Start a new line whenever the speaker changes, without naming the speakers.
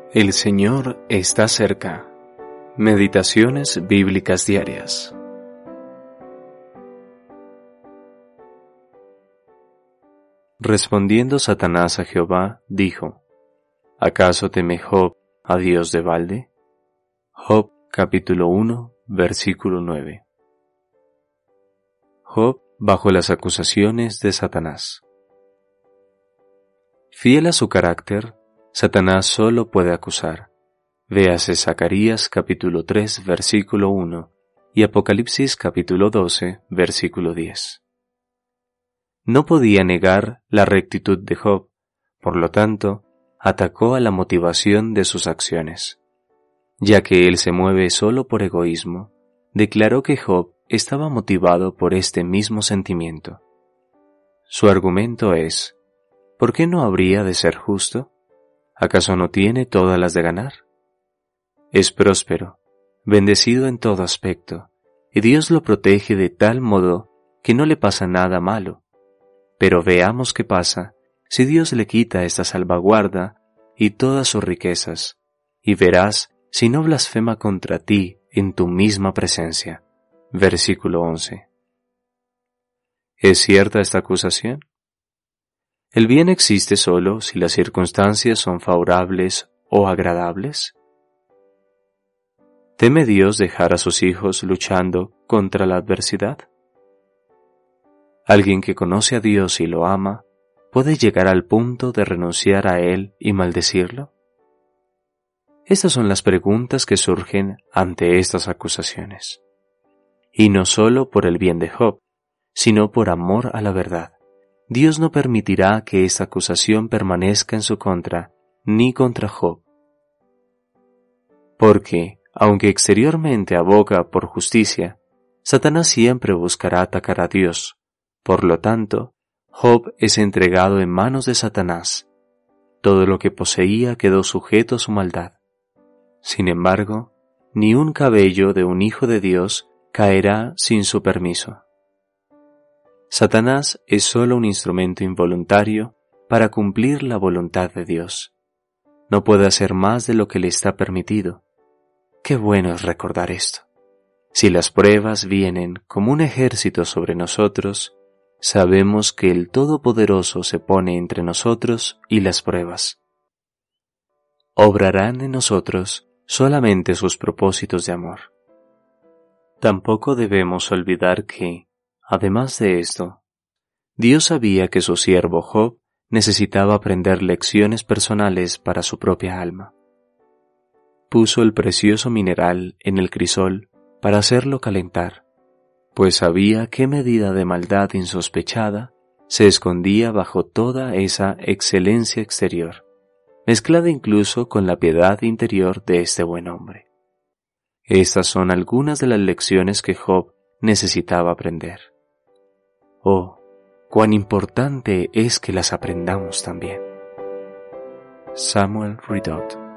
El Señor está cerca. Meditaciones bíblicas diarias. Respondiendo Satanás a Jehová, dijo: ¿Acaso teme Job a Dios de balde? Job capítulo 1, versículo 9. Job bajo las acusaciones de Satanás. Fiel a su carácter, Satanás solo puede acusar. Véase Zacarías capítulo 3, versículo 1 y Apocalipsis capítulo 12, versículo 10. No podía negar la rectitud de Job, por lo tanto, atacó a la motivación de sus acciones. Ya que él se mueve solo por egoísmo, declaró que Job estaba motivado por este mismo sentimiento. Su argumento es: ¿por qué no habría de ser justo? ¿Acaso no tiene todas las de ganar? Es próspero, bendecido en todo aspecto, y Dios lo protege de tal modo que no le pasa nada malo. Pero veamos qué pasa si Dios le quita esta salvaguarda y todas sus riquezas, y verás si no blasfema contra ti en tu misma presencia. Versículo 11. ¿Es cierta esta acusación? ¿El bien existe solo si las circunstancias son favorables o agradables? ¿Teme Dios dejar a sus hijos luchando contra la adversidad? Alguien que conoce a Dios y lo ama, ¿puede llegar al punto de renunciar a Él y maldecirlo? Estas son las preguntas que surgen ante estas acusaciones. Y no solo por el bien de Job, sino por amor a la verdad. Dios no permitirá que esta acusación permanezca en su contra, ni contra Job. Porque, aunque exteriormente aboga por justicia, Satanás siempre buscará atacar a Dios. Por lo tanto, Job es entregado en manos de Satanás. Todo lo que poseía quedó sujeto a su maldad. Sin embargo, ni un cabello de un hijo de Dios caerá sin su permiso. Satanás es solo un instrumento involuntario para cumplir la voluntad de Dios. No puede hacer más de lo que le está permitido. Qué bueno es recordar esto. Si las pruebas vienen como un ejército sobre nosotros, sabemos que el Todopoderoso se pone entre nosotros y las pruebas. Obrarán en nosotros solamente sus propósitos de amor. Tampoco debemos olvidar que, además de esto, Dios sabía que su siervo Job necesitaba aprender lecciones personales para su propia alma. Puso el precioso mineral en el crisol para hacerlo calentar, pues sabía qué medida de maldad insospechada se escondía bajo toda esa excelencia exterior, mezclada incluso con la piedad interior de este buen hombre. Estas son algunas de las lecciones que Job necesitaba aprender. Oh, cuán importante es que las aprendamos también. Samuel Ridott.